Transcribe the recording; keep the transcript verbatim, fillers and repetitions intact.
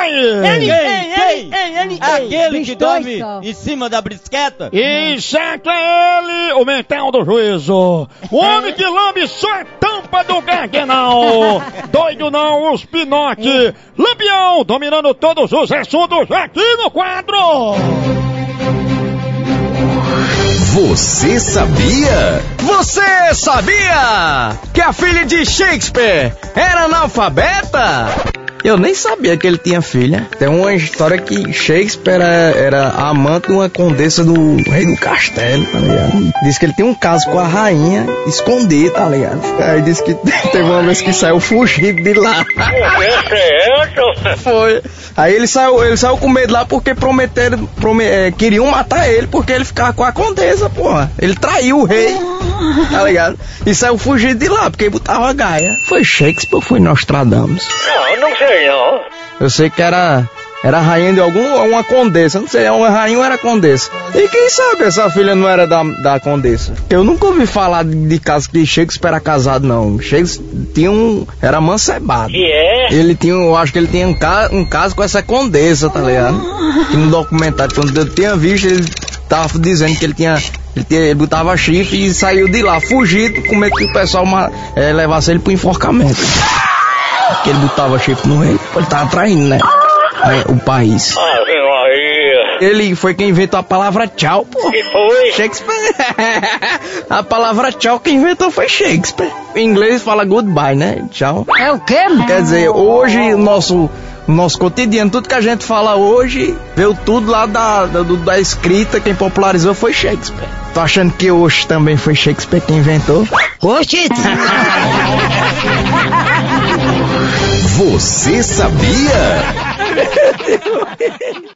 aí? Ele, ei, ei, ei, ele, Aquele que dorme só. em cima da brisqueta? Isso é que é ele, o mental do juízo. O homem que lambe só a tampa do gardenal. Doido não, os pinote. Lampião, dominando todos os assuntos aqui no quadro. Você sabia? Você sabia que a filha de Shakespeare era analfabeta? Eu nem sabia que ele tinha filha. Tem uma história que Shakespeare era, era amante de uma condessa do rei do castelo, tá ligado? Diz que ele tem um caso com a rainha escondido, tá ligado? Aí disse que teve uma vez que saiu fugido de lá. Foi. Aí ele saiu, ele saiu com medo lá porque prometeram, prome, é, queriam matar ele porque ele ficava com a condessa, porra. Ele traiu o rei, tá ligado? E saiu fugido de lá porque botava gaia. Foi Shakespeare ou foi Nostradamus? Não, não sei não. Eu sei que era, era rainha de algum, uma condessa, não sei, uma rainha ou era condessa. E quem sabe essa filha não era da, da condessa? Eu nunca ouvi falar de, de caso que Shakespeare era casado, não. Shakespeare tinha um, era mancebado. E é? Ele tinha, eu acho que ele tinha um, ca, um caso com essa condessa, tá ligado? Que no documentário, quando eu tinha visto, ele tava dizendo que ele tinha... Ele, tinha, ele botava chifre e saiu de lá, fugido, com medo que o pessoal é, levasse ele pro enforcamento. Porque ele botava chifre no rei, ele tava traindo, né? É, o país. Ave Maria. Ele foi quem inventou a palavra tchau, pô. Que foi? Shakespeare. A palavra tchau quem inventou foi Shakespeare. Em inglês fala goodbye, né? Tchau. É o quê? Quer dizer, hoje o nosso, o nosso cotidiano, tudo que a gente fala hoje, veio tudo lá da, da, da escrita, quem popularizou foi Shakespeare. Tô achando que hoje também foi Shakespeare quem inventou? Oxi! Você sabia?